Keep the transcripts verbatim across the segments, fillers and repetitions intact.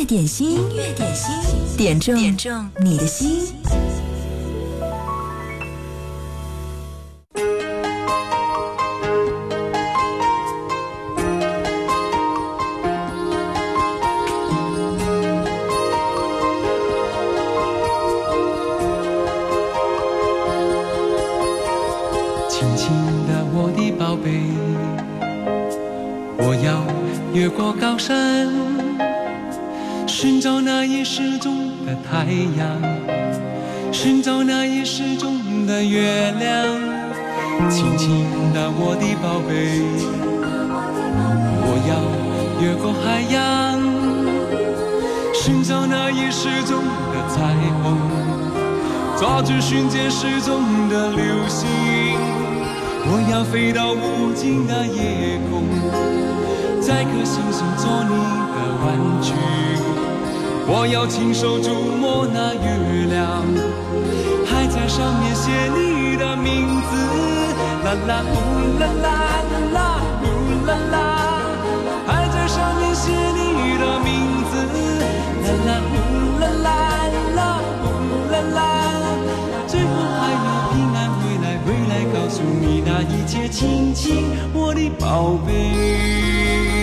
点心，音乐点心，点中点中你的心。 轻轻的我的宝贝，我要越过高山，寻找那已失踪的太阳，寻找那已失踪的月亮。轻轻的我的宝贝，我要越过海洋，寻找那已失踪的彩虹，抓住瞬间失踪的流星。我要飞到无尽的夜空，在颗星星做你的玩具。我要亲手触摸那月亮，还在上面写你的名字。啦啦呼啦啦啦啦呼啦啦，还在上面写你的名字。啦啦呼啦啦啦呼啦啦，最后还要平安回来，回来告诉你那一切，亲亲我的宝贝。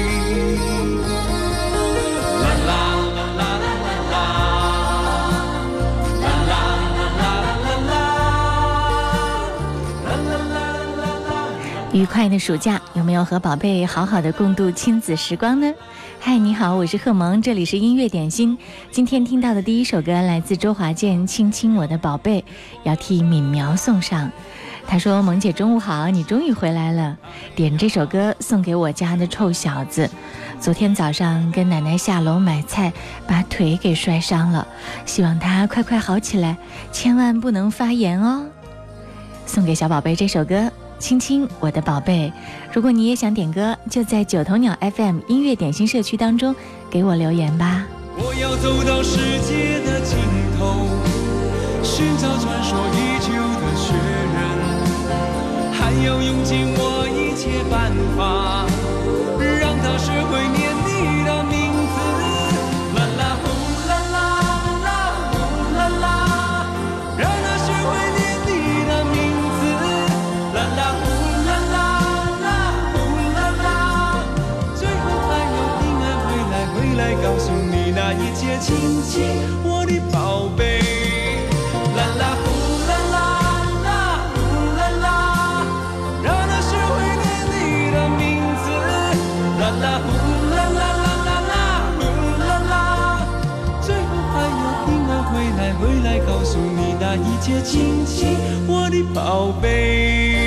愉快的暑假，有没有和宝贝好好的共度亲子时光呢？嗨，你好，我是贺萌，这里是音乐点心。今天听到的第一首歌来自周华健，《亲亲我的宝贝》，要替敏苗送上。他说：萌姐中午好，你终于回来了，点这首歌送给我家的臭小子。昨天早上跟奶奶下楼买菜，把腿给摔伤了，希望他快快好起来，千万不能发炎哦。送给小宝贝这首歌，亲亲我的宝贝。如果你也想点歌，就在九头鸟 F M 音乐点心社区当中给我留言吧。 我要走到世界的尽头，寻找传说已久的雪人，还要用尽我一切办法，让他学会念你的名字。啦啦呼啦啦啦呼啦啦，让他学会念你的名字。啦啦呼啦啦啦呼啦啦，最后还要平安回来，回来告诉你那一切，亲亲我的宝贝。啦啦呼啦啦啦呼啦啦，让他学会念你的名字。啦啦呼啦啦啦啦啦呼啦啦，最后还要平安回来，回来告诉你那一切，亲亲我的宝贝。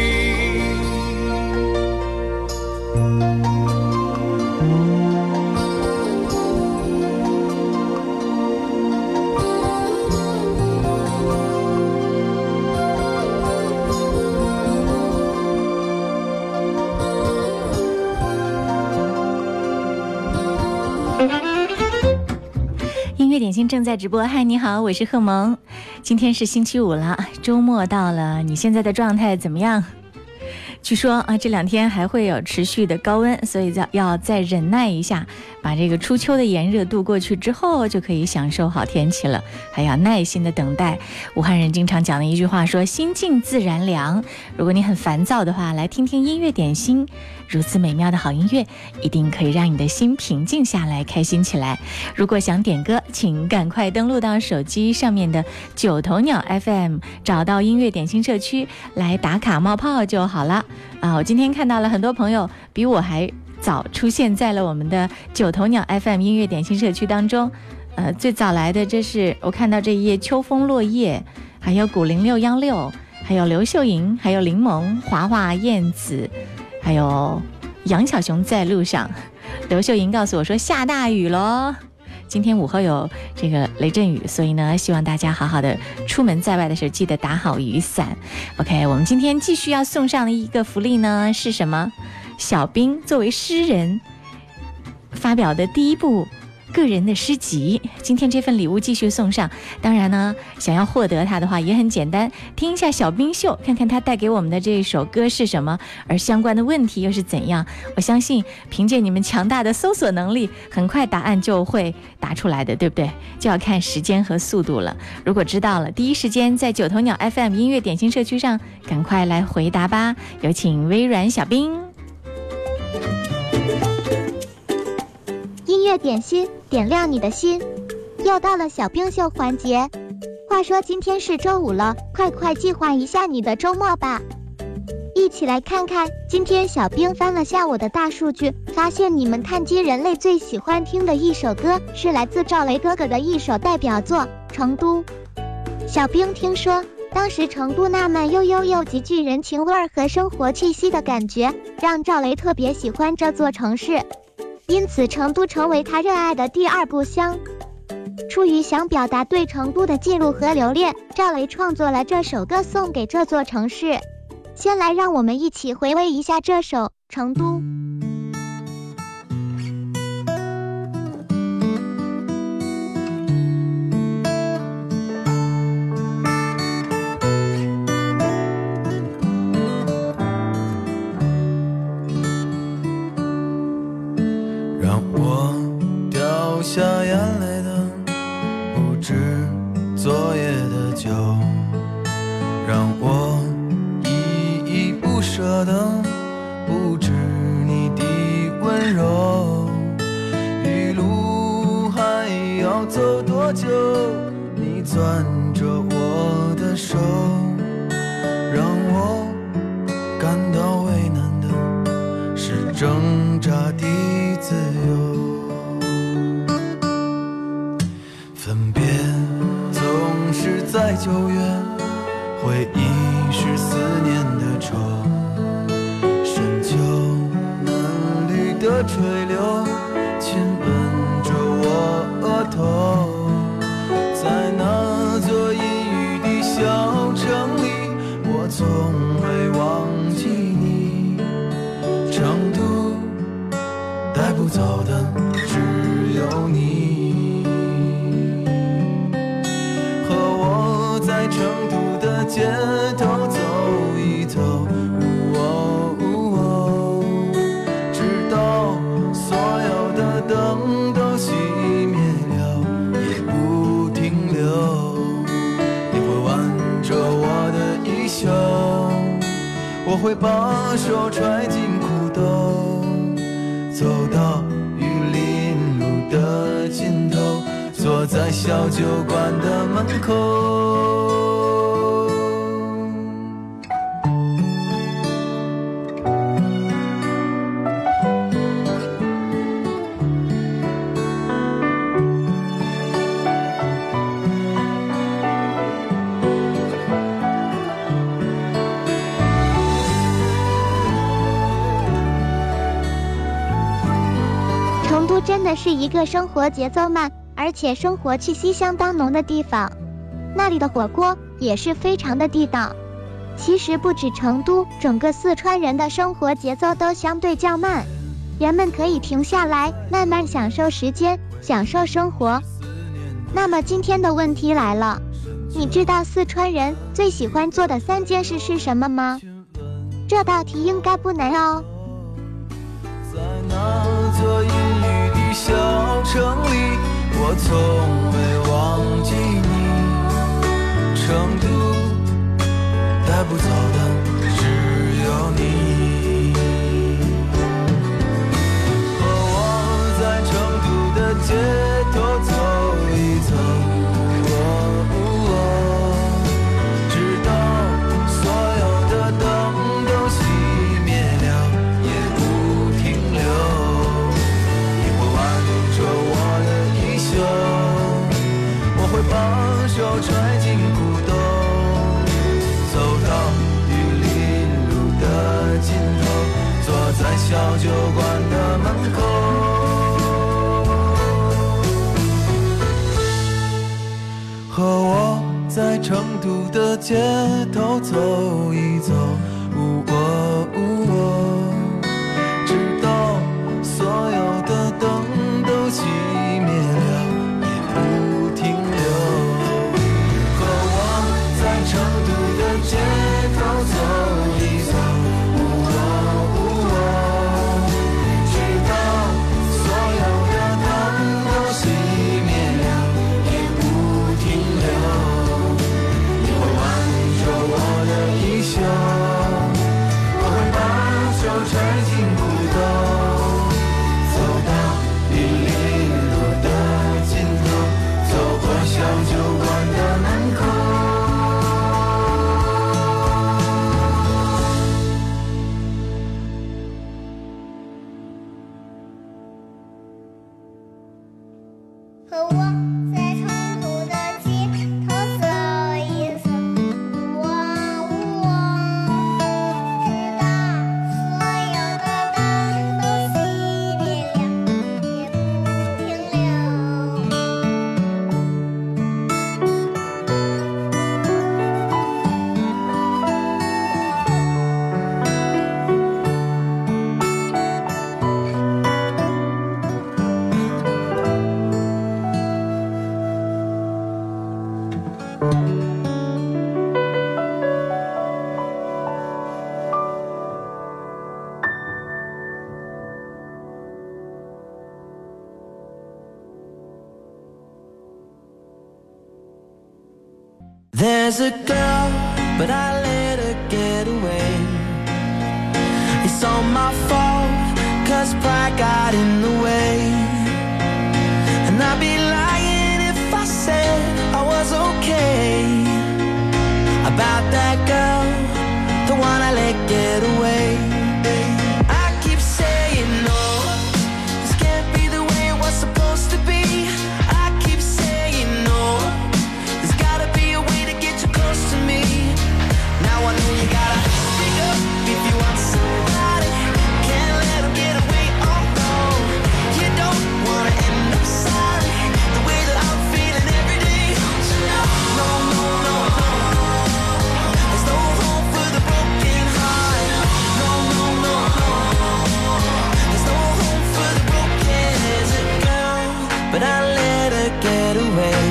音乐点心正在直播，嗨，你好，我是贺萌。今天是星期五了，周末到了，你现在的状态怎么样？据说啊，这两天还会有持续的高温，所以要再忍耐一下，把这个初秋的炎热度过去之后，就可以享受好天气了。还要耐心的等待。武汉人经常讲的一句话说：“心静自然凉。”如果你很烦躁的话，来听听音乐点心，如此美妙的好音乐，一定可以让你的心平静下来，开心起来。如果想点歌，请赶快登录到手机上面的九头鸟 F M， 找到音乐点心社区来打卡冒泡就好了。啊，我今天看到了很多朋友比我还早出现在了我们的九头鸟 F M 音乐点心社区当中。呃，最早来的这是我看到这一页秋风落叶，还有古灵六央六，还有刘秀莹，还有柠檬华华燕子，还有杨小熊在路上。刘秀莹告诉我说下大雨咯，今天午后有这个雷阵雨，所以呢，希望大家好好的出门在外的时候记得打好雨伞。OK， 我们今天继续要送上的一个福利呢是什么？小兵作为诗人发表的第一部个人的诗集。今天这份礼物继续送上，当然呢，想要获得它的话也很简单，听一下小冰秀，看看它带给我们的这一首歌是什么，而相关的问题又是怎样。我相信凭借你们强大的搜索能力，很快答案就会答出来的，对不对？就要看时间和速度了。如果知道了，第一时间在九头鸟 F M 音乐点心社区上赶快来回答吧。有请微软小冰。 音乐点心，点亮你的心。又到了小冰秀环节。话说今天是周五了，快快计划一下你的周末吧。一起来看看，今天小冰翻了下我的大数据，发现你们碳基人类最喜欢听的一首歌是来自赵雷哥哥的一首代表作《成都》。小冰听说当时成都那么悠悠又极具人情味儿和生活气息的感觉，让赵雷特别喜欢这座城市，因此成都成为他热爱的第二故乡。出于想表达对成都的记录和留恋，赵雷创作了这首歌送给这座城市。先来让我们一起回味一下这首《成都》。 让我掉下眼泪的不止昨夜的酒，让我依依不舍的不止你的温柔。一路还要走多久？你攥着我的手，让我感到为难的是挣扎的自由。分别总是在九月，回忆是思念的愁，深秋嫩绿的垂柳亲吻着我额头。在那座阴雨的小城里，我从未忘记你。成都带不走的只有你，和我在成都的街头走一走，哦哦，直到所有的灯都熄灭了也不停留。你会挽着我的衣袖，我会把手揣进裤兜，走到玉林路的尽头，坐在小酒馆的门口。 成都真的是一个生活节奏慢，而且生活气息相当浓的地方，那里的火锅也是非常的地道。其实不止成都，整个四川人的生活节奏都相对较慢，人们可以停下来，慢慢享受时间，享受生活。那么今天的问题来了，你知道四川人最喜欢做的三件事是什么吗？这道题应该不难哦。 在那座阴雨的小城里，我从未忘记你。成都带不走的只有你，和我在成都的街头走一走，哦哦，直到所有的灯都熄灭了也不停留。你会挽着我的衣袖，我会把手揣进裤兜，走到玉林路的尽头，坐在小酒馆的门口，和我在成都的街头走一走，哦哦哦，直到所有的灯都熄灭和我在长途的街头走一走，我我直到所有的灯都熄灭了，也不停留。 There's a girl, but I let her get away. It's all my fault, cause pride got in the way. And I'd be lying if I said I was okay about that girl, the one I let get away. I keep saying no, this can't be the way it was supposed to be. I keep saying no, there's gotta be a way to get you close to me. Now I know you gotta speak up if you want somebody. Can't let them get away, oh no. You don't wanna end up sorry, the way that I'm feeling every day. No, no, no, no, no. There's no hope for the broken heart. No, no, no, no. There's no hope for the broken. There's a girl, but I let her get away.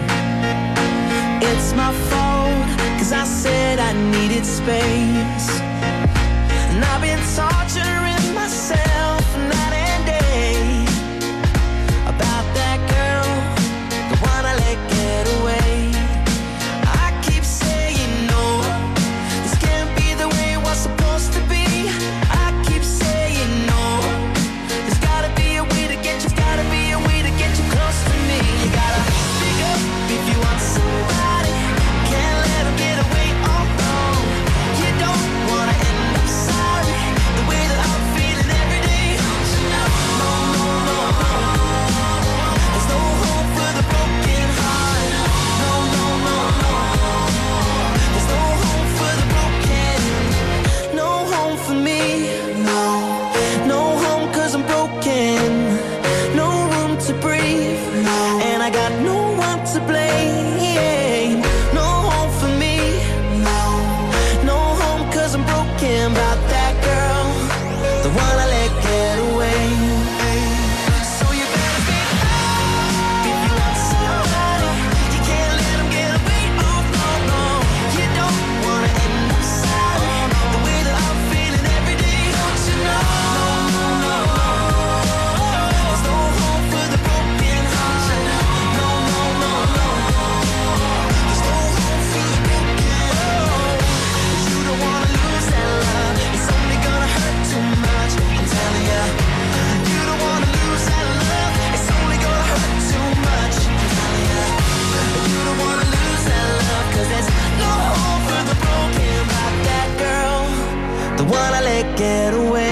It's my fault, cause I said I needed space. And I've been torturing myself night and day about that girl, the one I let get away. I keep saying no, this can't be the way it was supposed to be. I keep saying no, there's gotta be a way to get you, gotta be a way to get you close to me. You gotta speak up if you want somebody. Can't let them get away, oh no. You don't wanna end up sorry, the way that I'm feeling every day. No, no, no, no, no. There's no hope for the broken heart. No, no, no, no. There's no hope for the broken. No home for me, no. No home cause I'm broken. No room to breathe, and I got no one to blame. No home for me, no. No home cause I'm broken about that girl, the one I let get away. So you better be up if you want somebody. You can't let them get away, oh no, no. You don't wanna end up sorry, the way that I'm feeling every day. Don't you know? No, no, no. There's no hope for the broken heart. No, no, no, no. There's no hope for the broken heart. You don't wanna lose that love, it's only gonna hurt too much. I'm telling ya. You don't wanna lose that love, it's only gonna hurt too much. I'm telling ya. You don't wanna lose that love, cause there's no hope for the broken about that girl, the one I let get away.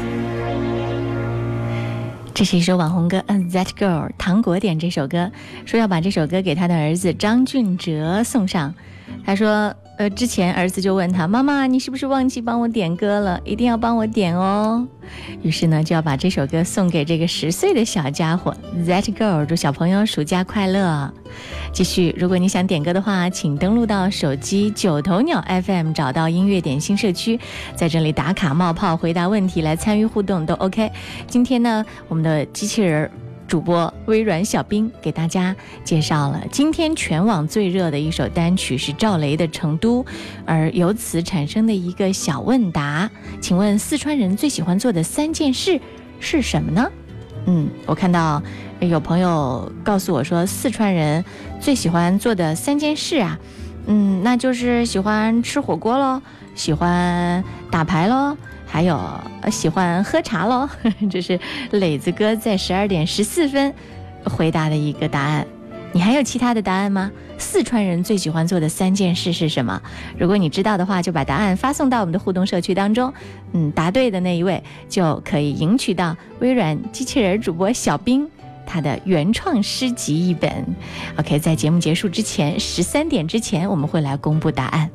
这是一首网红歌，嗯 That Girl， 糖果点这首歌，说要把这首歌给他的儿子张俊哲送上。他说，呃，之前儿子就问他，妈妈，你是不是忘记帮我点歌了？一定要帮我点哦。于是呢，就要把这首歌送给这个十岁的小家伙 That Girl， 祝小朋友暑假快乐。继续，如果你想点歌的话，请登录到手机九头鸟 F M， 找到音乐点心社区，在这里打卡冒泡回答问题来参与互动都 OK。今天呢，我们的机器人主播微软小冰给大家介绍了今天全网最热的一首单曲是赵雷的《成都》，而由此产生的一个小问答，请问四川人最喜欢做的三件事是什么呢？嗯，我看到有朋友告诉我说，四川人最喜欢做的三件事啊，嗯，那就是喜欢吃火锅咯，喜欢打牌咯，还有喜欢喝茶咯。这是磊子哥在十二点十四分回答的一个答案。你还有其他的答案吗？四川人最喜欢做的三件事是什么？如果你知道的话，就把答案发送到我们的互动社区当中。嗯，答对的那一位就可以赢取到微软机器人主播小冰他的原创诗集一本。 OK， 在节目结束之前十三点之前我们会来公布答案。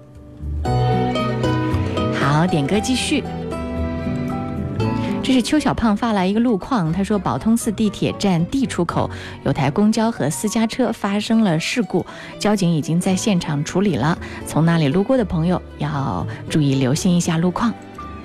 好，点歌继续。这是邱小胖发来一个路况，他说宝通寺地铁站 D 出口有台公交和私家车发生了事故，交警已经在现场处理了，从那里路过的朋友要注意留心一下路况。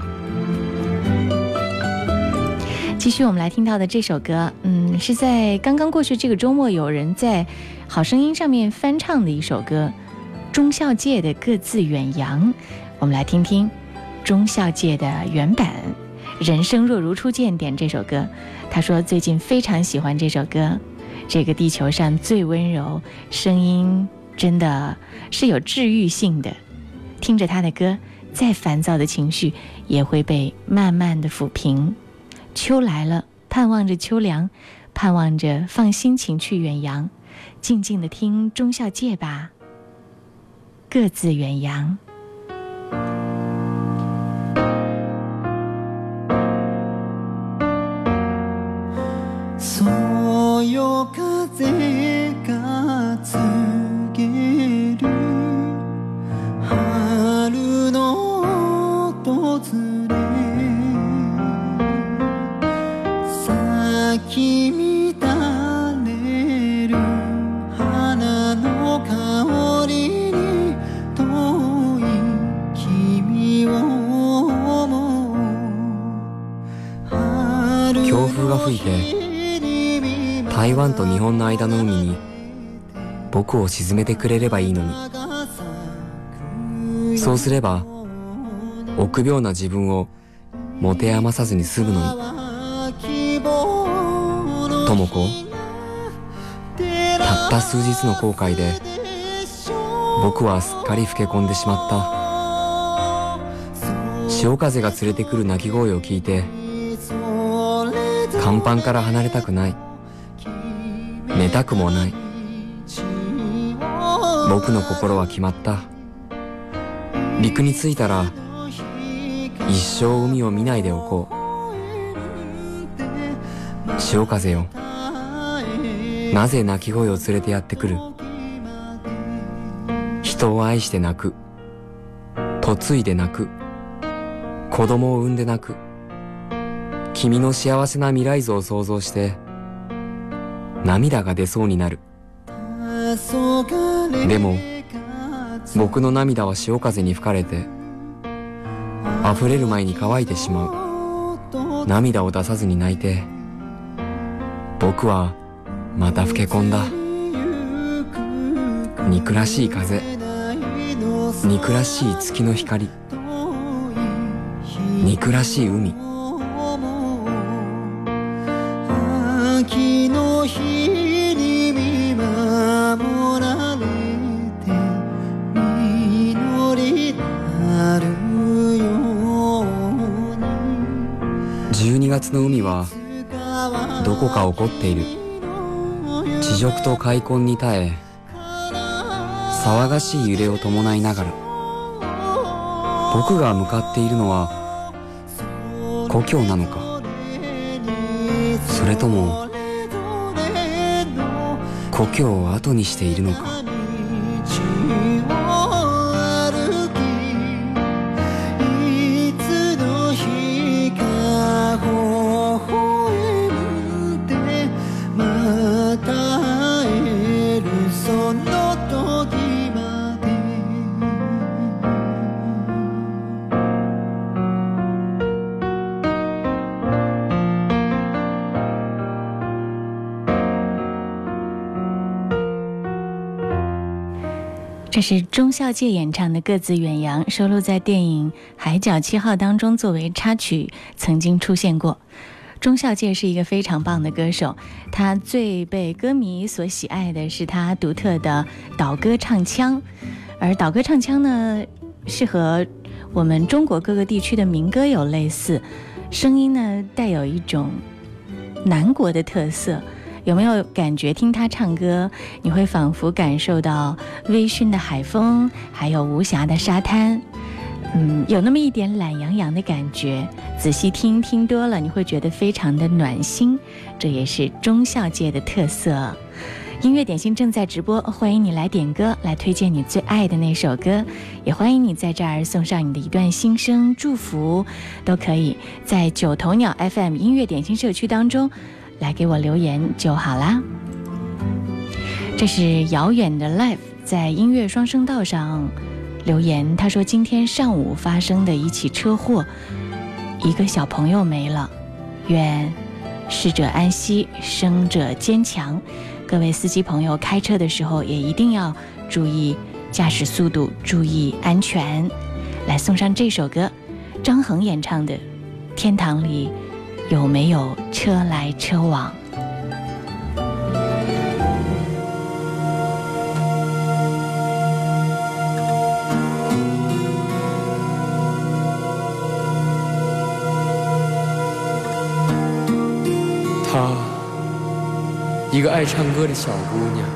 继续我们来听到的这首歌，嗯，是在刚刚过去这个周末有人在好声音上面翻唱的一首歌，钟孝介的《各自远扬》。我们来听听钟孝介的原版。人生若如初见点这首歌，他说最近非常喜欢这首歌，这个地球上最温柔，声音真的是有治愈性的，听着他的歌，再烦躁的情绪也会被慢慢的抚平。秋来了，盼望着秋凉，盼望着放心情去远扬，静静的听钟孝介吧，各自远扬。 そよ風が告げる春の訪れ、咲き乱れる花の香りに遠い君を思う。 強風が吹いて台湾と日本の間の海に僕を沈めてくれればいいのに、そうすれば臆病な自分を持て余さずに済むのに。智子、たった数日の後悔で僕はすっかり老け込んでしまった。潮風が連れてくる鳴き声を聞いて甲板から離れたくない、寝たくもない。僕の心は決まった。陸に着いたら一生海を見ないでおこう。潮風よ、なぜ鳴き声を連れてやってくる。人を愛して泣く、嫁いで泣く、子供を産んで泣く。君の幸せな未来像を想像して涙が出そうになる。でも僕の涙は潮風に吹かれて溢れる前に乾いてしまう。涙を出さずに泣いて僕はまた老け込んだ。憎らしい風、憎らしい月の光、憎らしい海。秋の日に見守られて実りなるように。じゅうにがつの海はどこか起こっている。地辱と開墾に耐え騒がしい揺れを伴いながら、僕が向かっているのは故郷なのか、それとも故郷を後にしているのか。いつの日か微笑んでまた会える、その時まで。 这是钟孝介演唱的《各自远扬》，收录在电影《海角七号》当中，作为插曲曾经出现过。钟孝介是一个非常棒的歌手，他最被歌迷所喜爱的是他独特的岛歌唱腔，而岛歌唱腔呢，是和我们中国各个地区的民歌有类似，声音呢带有一种南国的特色。有没有感觉听他唱歌，你会仿佛感受到微醺的海风，还有无暇的沙滩。 嗯，有那么一点懒洋洋的感觉，仔细听听多了，你会觉得非常的暖心，这也是忠孝界的特色。音乐点心正在直播，欢迎你来点歌，来推荐你最爱的那首歌，也欢迎你在这儿送上你的一段心声祝福，都可以在九头鸟 F M 音乐点心社区当中来给我留言就好啦。这是遥远的 Life 在音乐双声道上留言，他说今天上午发生的一起车祸，一个小朋友没了，愿逝者安息，生者坚强。各位司机朋友开车的时候也一定要注意驾驶速度，注意安全。来送上这首歌，张恒演唱的《天堂里有没有车来车往》。 她，一个爱唱歌的小姑娘，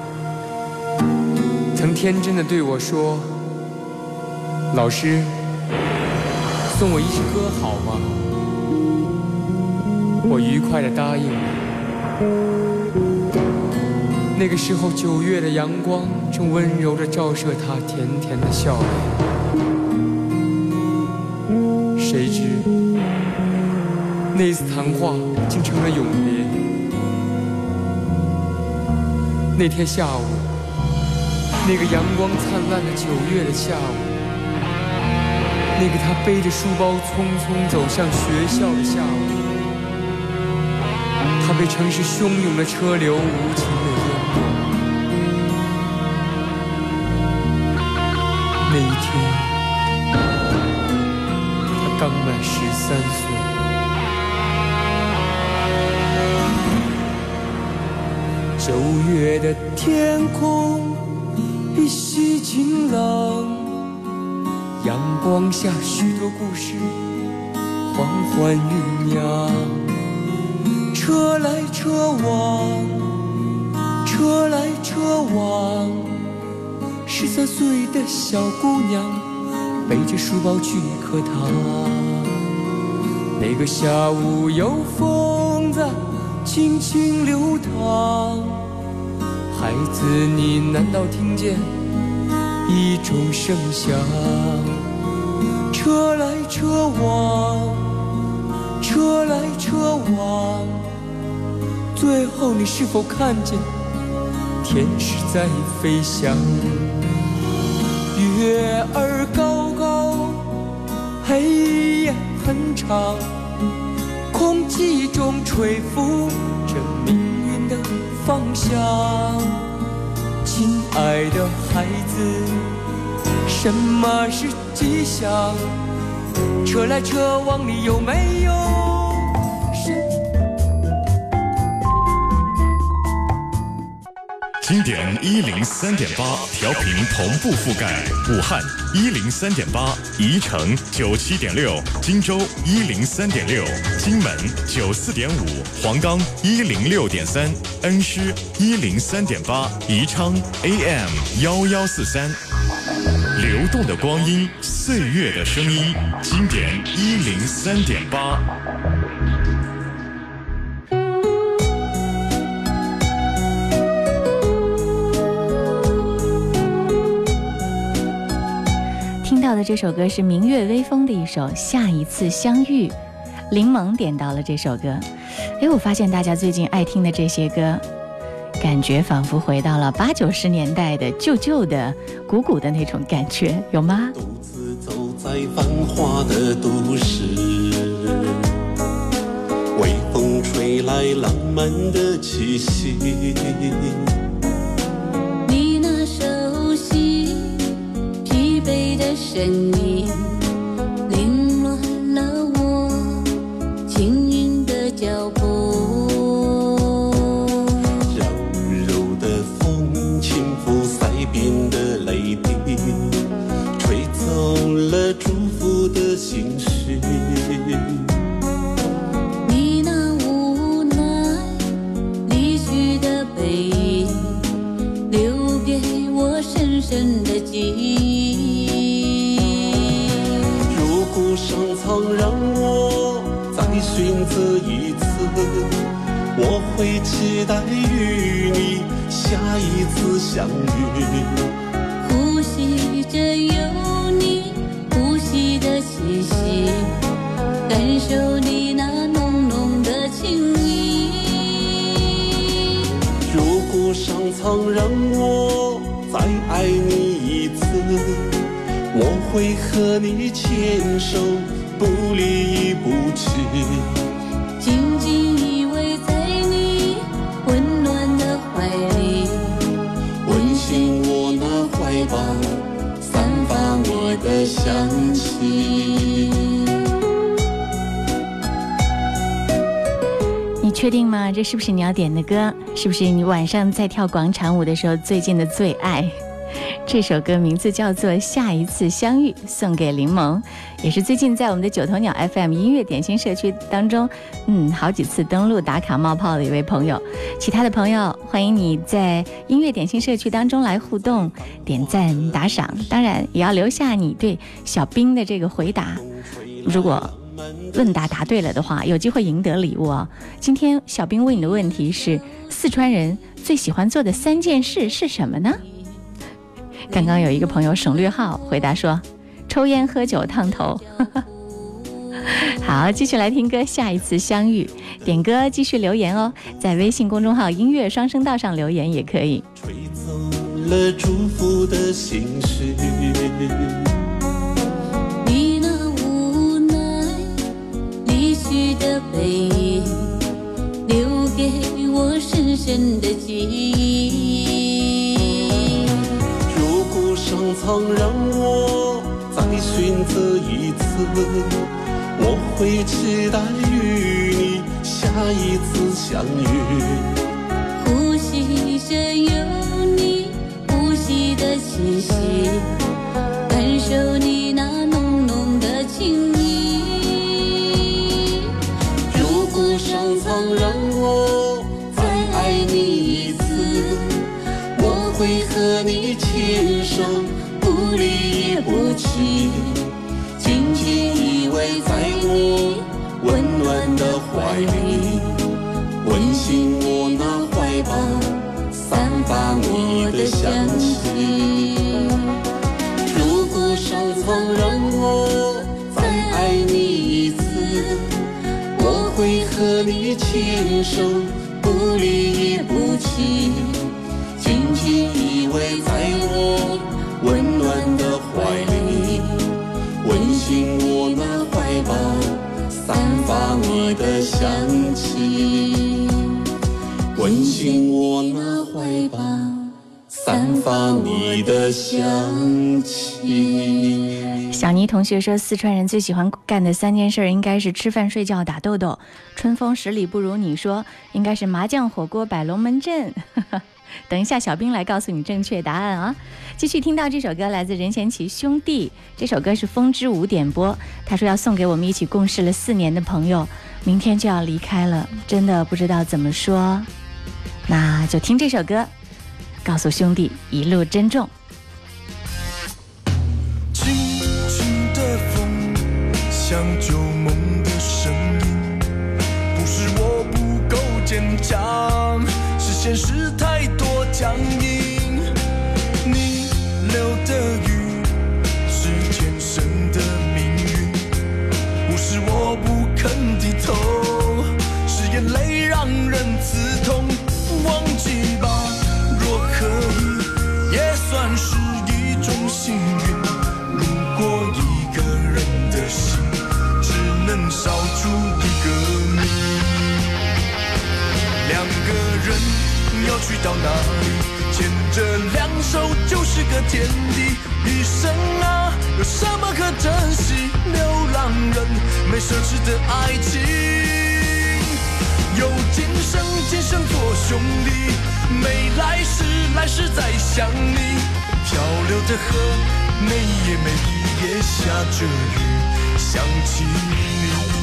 曾天真的对我说：“老师，送我一支歌好吗？”我愉快地答应了。那个时候，九月的阳光正温柔地照射她甜甜的笑脸。谁知那次谈话竟成了永别。那天下午，那个阳光灿烂的九月的下午，那个他背着书包匆匆走向学校的下午，他被城市汹涌的车流无情的淹没。那一天，他刚满十三岁。九月的天空依稀晴朗，阳光下许多故事缓缓酝酿。车来车往，车来车往，十三岁的小姑娘背着书包去课堂。那个下午有风在轻轻流淌，孩子，你难道听见一种声响？车来车往，车来车往，最后你是否看见天使在飞翔？月儿高高，黑夜很长，空气中吹拂着命运的方向。亲爱的孩子，什么是吉祥？车来车往，你有没有经典一零三点八调频同步覆盖武汉一零三点八，宜城九七点六，荆州一零三点六，荆门九四点五，黄冈一零六点三，恩施一零三点八，宜昌 A M 幺幺四三。流动的光阴，岁月的声音，经典一零三点八。 听到的这首歌是明月微风的一首《下一次相遇》，林萌点到了这首歌。哎，我发现大家最近爱听的这些歌，感觉仿佛回到了八九十年代的旧旧的古古的那种感觉，有吗？ 独自走在繁华的都市，微风吹来浪漫的气息， 你那熟悉疲惫的身影，凌乱了我轻盈的脚步。 柔柔的风轻拂腮边的泪滴，吹走了祝福的心绪。 你那无奈离去的背影，留给我深深的记忆。 择一次，我会期待与你下一次相遇。 呼吸着有你呼吸的气息，感受你那浓浓的情意。 如果上苍让我再爱你一次，我会和你牵手不离不弃， 紧紧依偎在你温暖的怀里， 温馨我那怀抱散发你的香气。 你确定吗？这是不是你要点的歌？是不是你晚上在跳广场舞的时候最近的最爱？这首歌名字叫做《下一次相遇》，送给柠檬，也是最近在我们的九头鸟 F M 音乐点心社区当中，嗯，好几次登录打卡冒泡的一位朋友。其他的朋友，欢迎你在音乐点心社区当中来互动、点赞、打赏，当然也要留下你对小兵的这个回答。如果问答答对了的话，有机会赢得礼物哦。今天小兵问你的问题是：四川人最喜欢做的三件事是什么呢？刚刚有一个朋友省略号回答说抽烟喝酒烫头好，继续来听歌，下一次相遇。点歌继续留言哦，在微信公众号音乐双声道上留言也可以。 吹走了祝福的心事， 你那无奈离去的背影，留给我深深的记忆。 上苍让我再选择一次，我会期待与你下一次相遇。 呼吸着有你呼吸的气息，感受你那浓浓的情意。 如果上苍让我再爱你一次，我会和你牵手不离不弃，紧紧依偎在你温暖的怀里，温馨我那怀抱散发你的香气。如果上苍让我再爱你一次，我会和你牵手不离不弃，紧紧依偎在我温暖的怀里，温馨我那怀抱散发你的香气，温馨我那怀抱散发你的香气。 小倪同学说，四川人最喜欢干的三件事应该是吃饭睡觉打豆豆。春风十里不如你说应该是麻酱火锅摆龙门阵等一下小兵来告诉你正确答案啊！继续听到这首歌，来自任贤齐兄弟，这首歌是风之舞点播。他说要送给我们一起共事了四年的朋友，明天就要离开了，真的不知道怎么说，那就听这首歌，告诉兄弟一路珍重。 轻轻的风，像旧梦的声音，不是我不够坚强，是现实太多僵硬。你流的雨是天生的命运，不是我不肯低头，是眼泪让人刺痛。忘记吧，若可以也算是一种幸运。如果一个人的心只能少出一个你，两个人要去到哪里？牵着两手就是个天地。一生啊，有什么可珍惜？流浪人没奢侈的爱情，有今生今生做兄弟，没来世来世再想你。漂流的河，每夜每夜下着雨，想起你。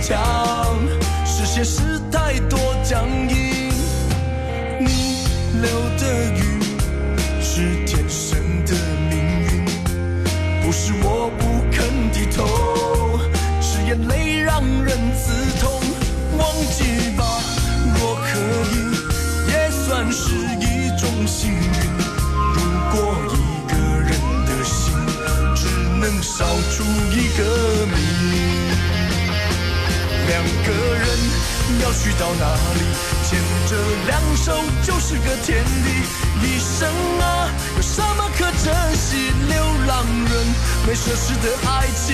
强，是现实太多僵硬。你流的雨是天生的命运，不是我不肯低头，是眼泪让人刺痛。忘记吧，若可以，也算是一种幸运。如果一个人的心只能烧出一个谜，两个人要去到哪里？牵着两手就是个天地。一生啊，有什么可珍惜？流浪人没奢侈的爱情，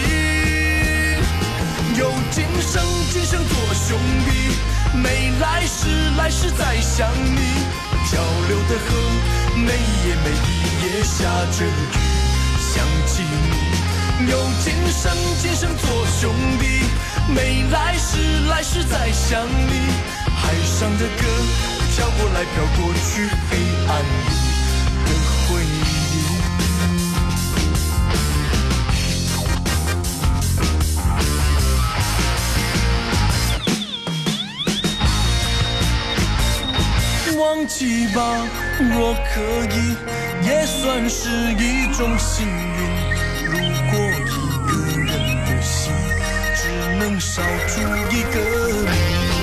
有今生今生做兄弟，没来世来世再想你。漂流的河，每夜每一夜下着雨，想起你。有今生今生做兄弟，没来世来世再想你。海上的歌飘过来飘过去，黑暗里的回忆。忘记吧，若可以，也算是一种幸运。如果一个人的心只能烧出一个谜，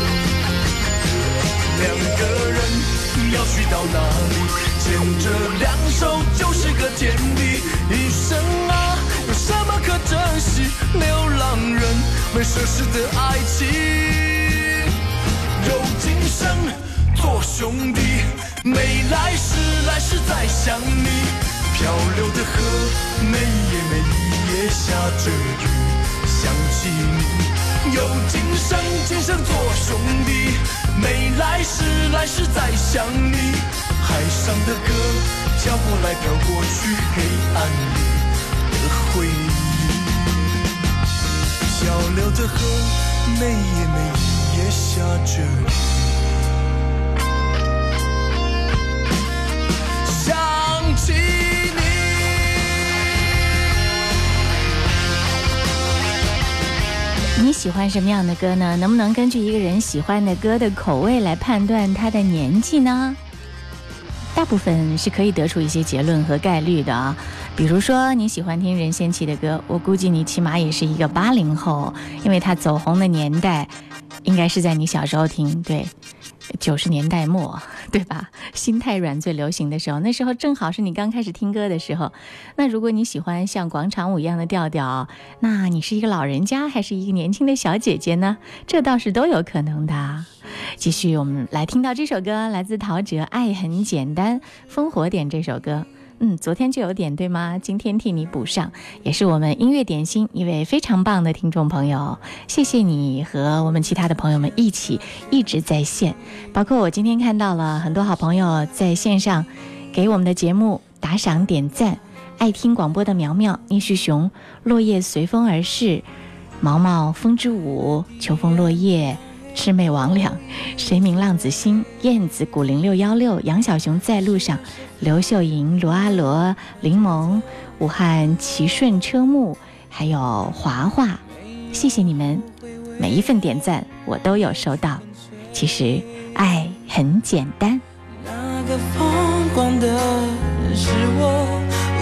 两个人要去到哪里？牵着两手就是个天地。一生啊，有什么可珍惜？流浪人没奢侈的爱情，有今生做兄弟，没来世来世再想你。漂流的河，每夜每一夜下着雨，想起你。有今生今生做兄弟，没来世来世再想你。海上的歌飘过来飘过去，黑暗里的回忆。漂流的河，每夜每一夜下着雨，想起你。 你喜欢什么样的歌呢？能不能根据一个人喜欢的歌的口味来判断他的年纪呢？大部分是可以得出一些结论和概率的啊。比如说你喜欢听任贤齐的歌，我估计你起码也是一个八零后，因为他走红的年代应该是在你小时候听，对，九十年代末，对吧？心太软最流行的时候，那时候正好是你刚开始听歌的时候。那如果你喜欢像广场舞一样的调调，那你是一个老人家还是一个年轻的小姐姐呢？这倒是都有可能的。继续我们来听到这首歌，来自陶喆《爱很简单》，烽火点这首歌。嗯，昨天就有点对吗？今天替你补上，也是我们音乐点心一位非常棒的听众朋友，谢谢你和我们其他的朋友们一起一直在线，包括我今天看到了很多好朋友在线上给我们的节目打赏点赞，爱听广播的苗苗、聂旭雄、落叶随风而逝、毛毛、风之舞、秋风落叶、魑魅魍魉、谁明浪子心、燕子、古零六幺六、杨小熊在路上、刘秀莹、罗阿罗、柠檬、武汉齐顺车木，还有华华，谢谢你们，每一份点赞我都有收到。其实爱很简单。 那个疯狂的是我。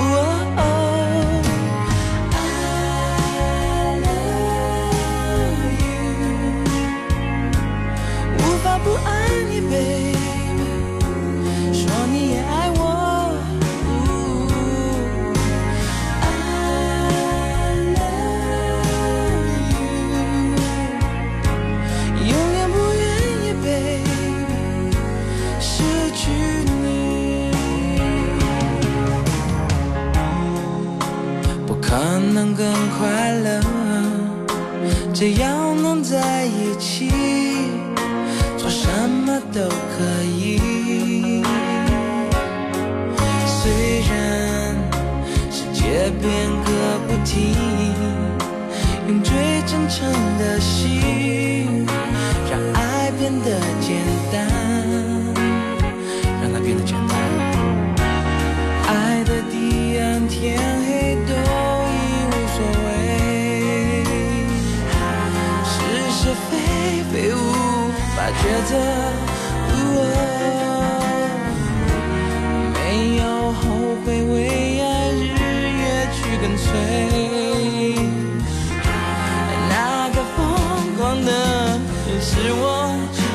不爱你 baby， 说你也爱我、I love you， 永远不愿意 baby 失去你，不可能更快乐，只要能在一起，什么都可以，虽然世界变个不停，用最真诚的心让爱变得简单，让它变得简单。爱的地暗天黑都已无所谓，是是非着，没有后悔，为爱日夜去跟随。那个疯狂的是我。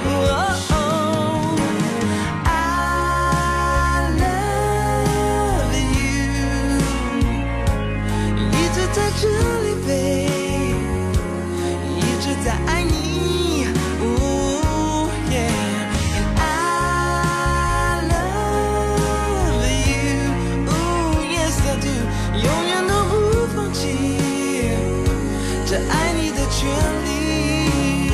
这里飞，一直在爱你。Ooh, yeah. And I love you. Ooh, yes I do. 永远都不放弃这爱你的权利。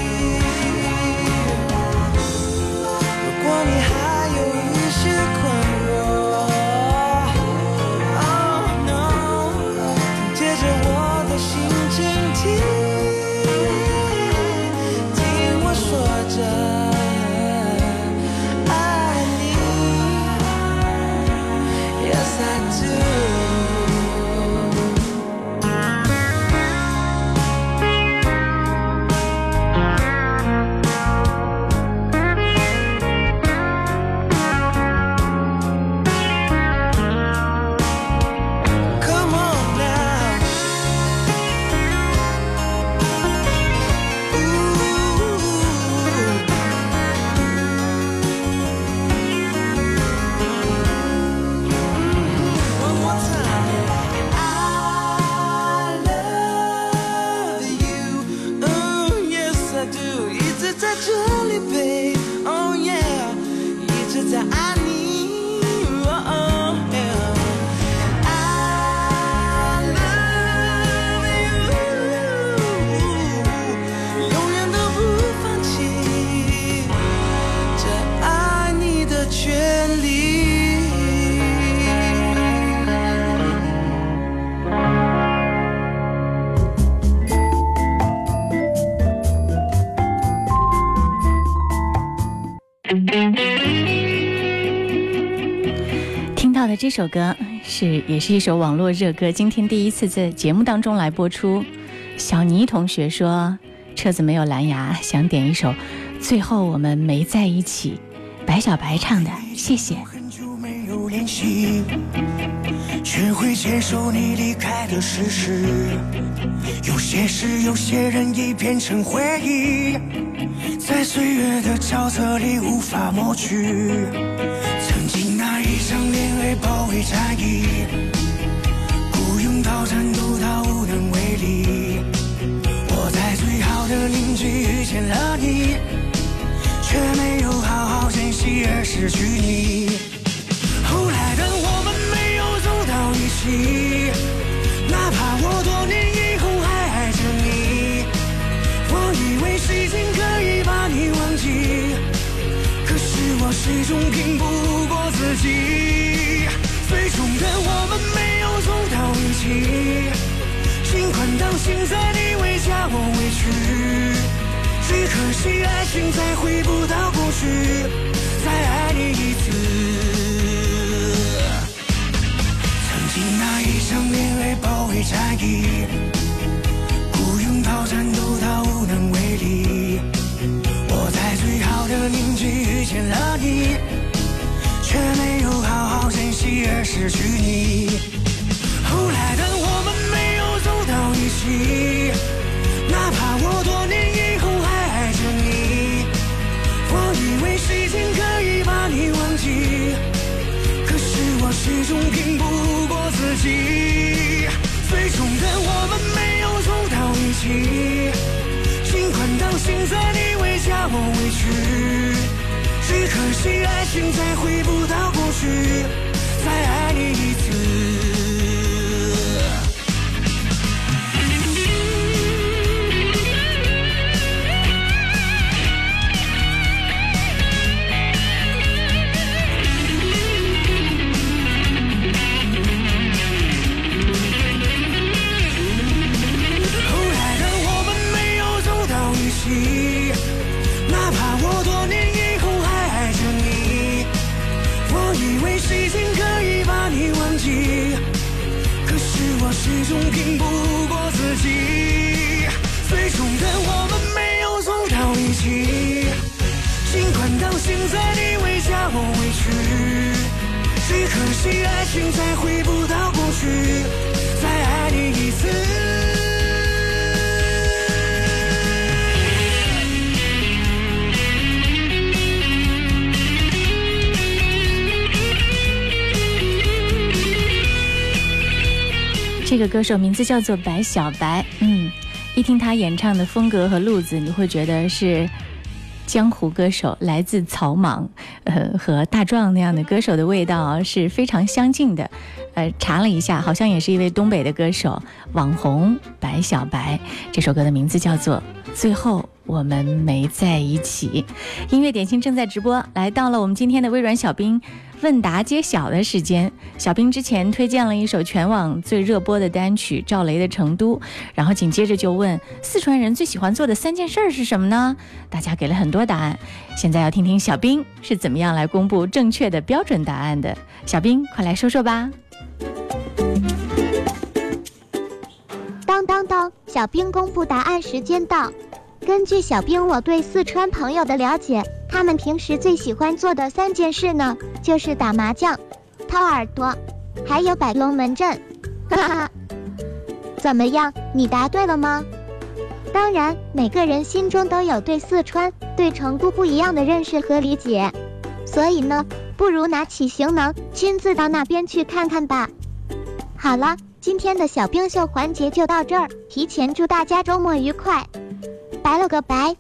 如果你还有一些困惑，听我说着爱你 Yes I do。 在这里陪 Oh yeah 一直在爱你 Oh yeah I love you 永远都不放弃这爱你的权利。 听到的这首歌是也是一首网络热歌，今天第一次在节目当中来播出。小倪同学说车子没有蓝牙，想点一首最后我们没在一起，白小白唱的，谢谢。 很久没有联系，学会接受你离开的事实，有些事有些人已变成回忆，在岁月的沼泽里无法抹去。曾经那一场恋爱包围战役，孤勇到战斗到无能为力。我在最好的年纪遇见了你，却没有好好珍惜而失去你。后来的我们没有走到一起，哪怕我多年以后还爱着你。我以为时间可以把你忘记，可是我始终拼不过自己。最终的我们没有走到一起，尽管到现在你为家我委屈，只可惜爱情再回不到过去，再爱你一次。曾经那一场恋爱包围战役，孤勇到战斗到无能为力。我在最好的年纪遇见了你，却没有好好珍惜而失去你。后来的我们没有走到一起，哪怕我多年以后还爱着你。我以为时间可以把你忘记，可是我始终拼不过自己。最终的我们没有走到一起，尽管到现在你为家我委屈，只可惜爱情再回不到过去，再爱你一次。哪怕我多年以后还爱着你，我以为时间可以把你忘记，可是我始终拼不过自己。最终的我们没有走到一起，尽管到现在你为家我委屈，只可惜爱情再回不到过去，再爱你一次。 这个歌手名字叫做白小白，嗯，一听他演唱的风格和路子，你会觉得是江湖歌手，来自草莽，呃，和大壮那样的歌手的味道是非常相近的。呃，查了一下，好像也是一位东北的歌手，网红白小白。这首歌的名字叫做《最后我们没在一起》。音乐点心正在直播，来到了我们今天的微软小冰问答揭晓的时间。小冰之前推荐了一首全网最热播的单曲赵雷的《成都》，然后紧接着就问四川人最喜欢做的三件事是什么呢？大家给了很多答案，现在要听听小冰是怎么样来公布正确的标准答案的。小冰，快来说说吧。 当当当，小冰公布答案时间到。根据小冰我对四川朋友的了解，他们平时最喜欢做的三件事呢，就是打麻将、掏耳朵，还有摆龙门阵。哈哈，怎么样，你答对了吗？当然，每个人心中都有对四川、对成都不一样的认识和理解，所以呢，不如拿起行囊，亲自到那边去看看吧。好了，今天的小冰秀环节就到这儿，提前祝大家周末愉快，拜了个拜。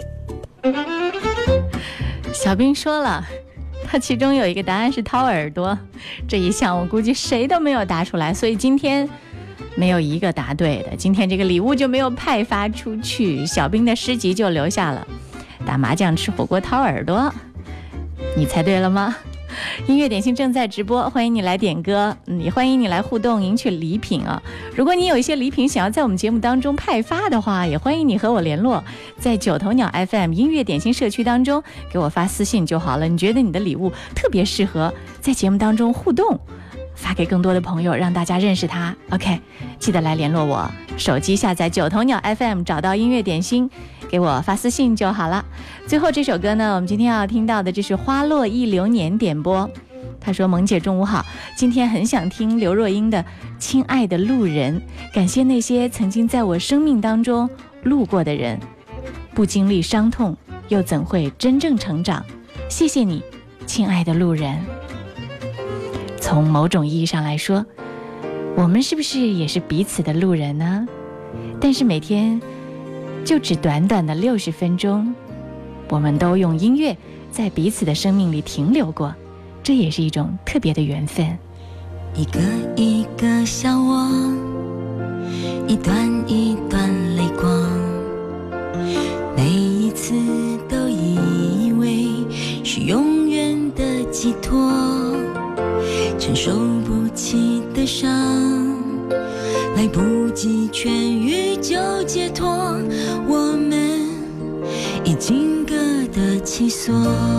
小冰说了，他其中有一个答案是掏耳朵，这一项我估计谁都没有答出来，所以今天没有一个答对的，今天这个礼物就没有派发出去，小冰的诗集就留下了。打麻将、吃火锅、掏耳朵，你猜对了吗？音乐点心正在直播，欢迎你来点歌，嗯，也欢迎你来互动，赢取礼品啊！如果你有一些礼品想要在我们节目当中派发的话，也欢迎你和我联络，在九头鸟 F M 音乐点心社区当中给我发私信就好了。你觉得你的礼物特别适合在节目当中互动，发给更多的朋友，让大家认识它。OK， 记得来联络我，手机下载九头鸟 F M， 找到音乐点心，给我发私信就好了。最后这首歌呢，我们今天要听到的这是花落一流年点播。他说：萌姐中午好，今天很想听刘若英的《亲爱的路人》，感谢那些曾经在我生命当中路过的人，不经历伤痛又怎会真正成长，谢谢你，亲爱的路人。从某种意义上来说，我们是不是也是彼此的路人呢？但是每天就只短短的六十分钟，我们都用音乐在彼此的生命里停留过，这也是一种特别的缘分。 一个一个笑我，一段一段泪光，每一次都以为是永远的寄托，承受不起的伤，来不及痊愈就解脱，我们已经各得其所。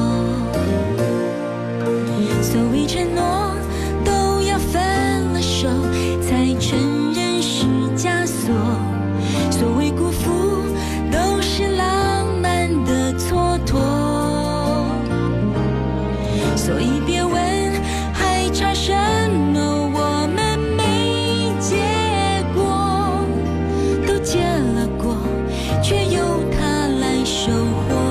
所谓承诺都要分了手才承认是枷锁，所谓辜负都是浪漫的蹉跎，所以别问还差什么，我们没结果，都结了果，却由它来收获。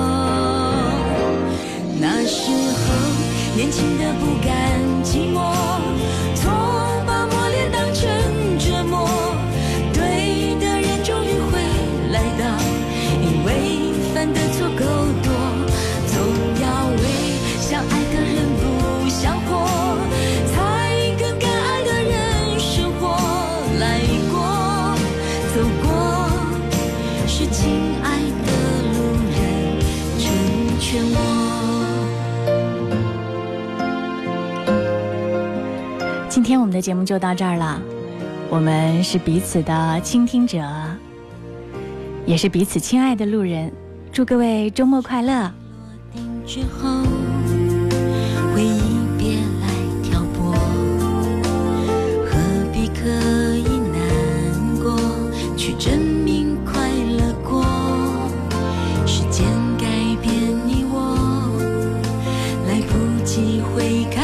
那时候年轻的不甘寂寞，总把磨练当成折磨，对的人终于会来到，因为犯的错够多，总要为相爱的人不想活，才跟敢爱的人生活来过，走过是亲爱的路人成全我。 今天我们的节目就到这儿了，我们是彼此的倾听者，也是彼此亲爱的路人，祝各位周末快乐。 之后回忆别来挑拨，何必刻意难过，去证明快乐过，时间改变你我， 会看。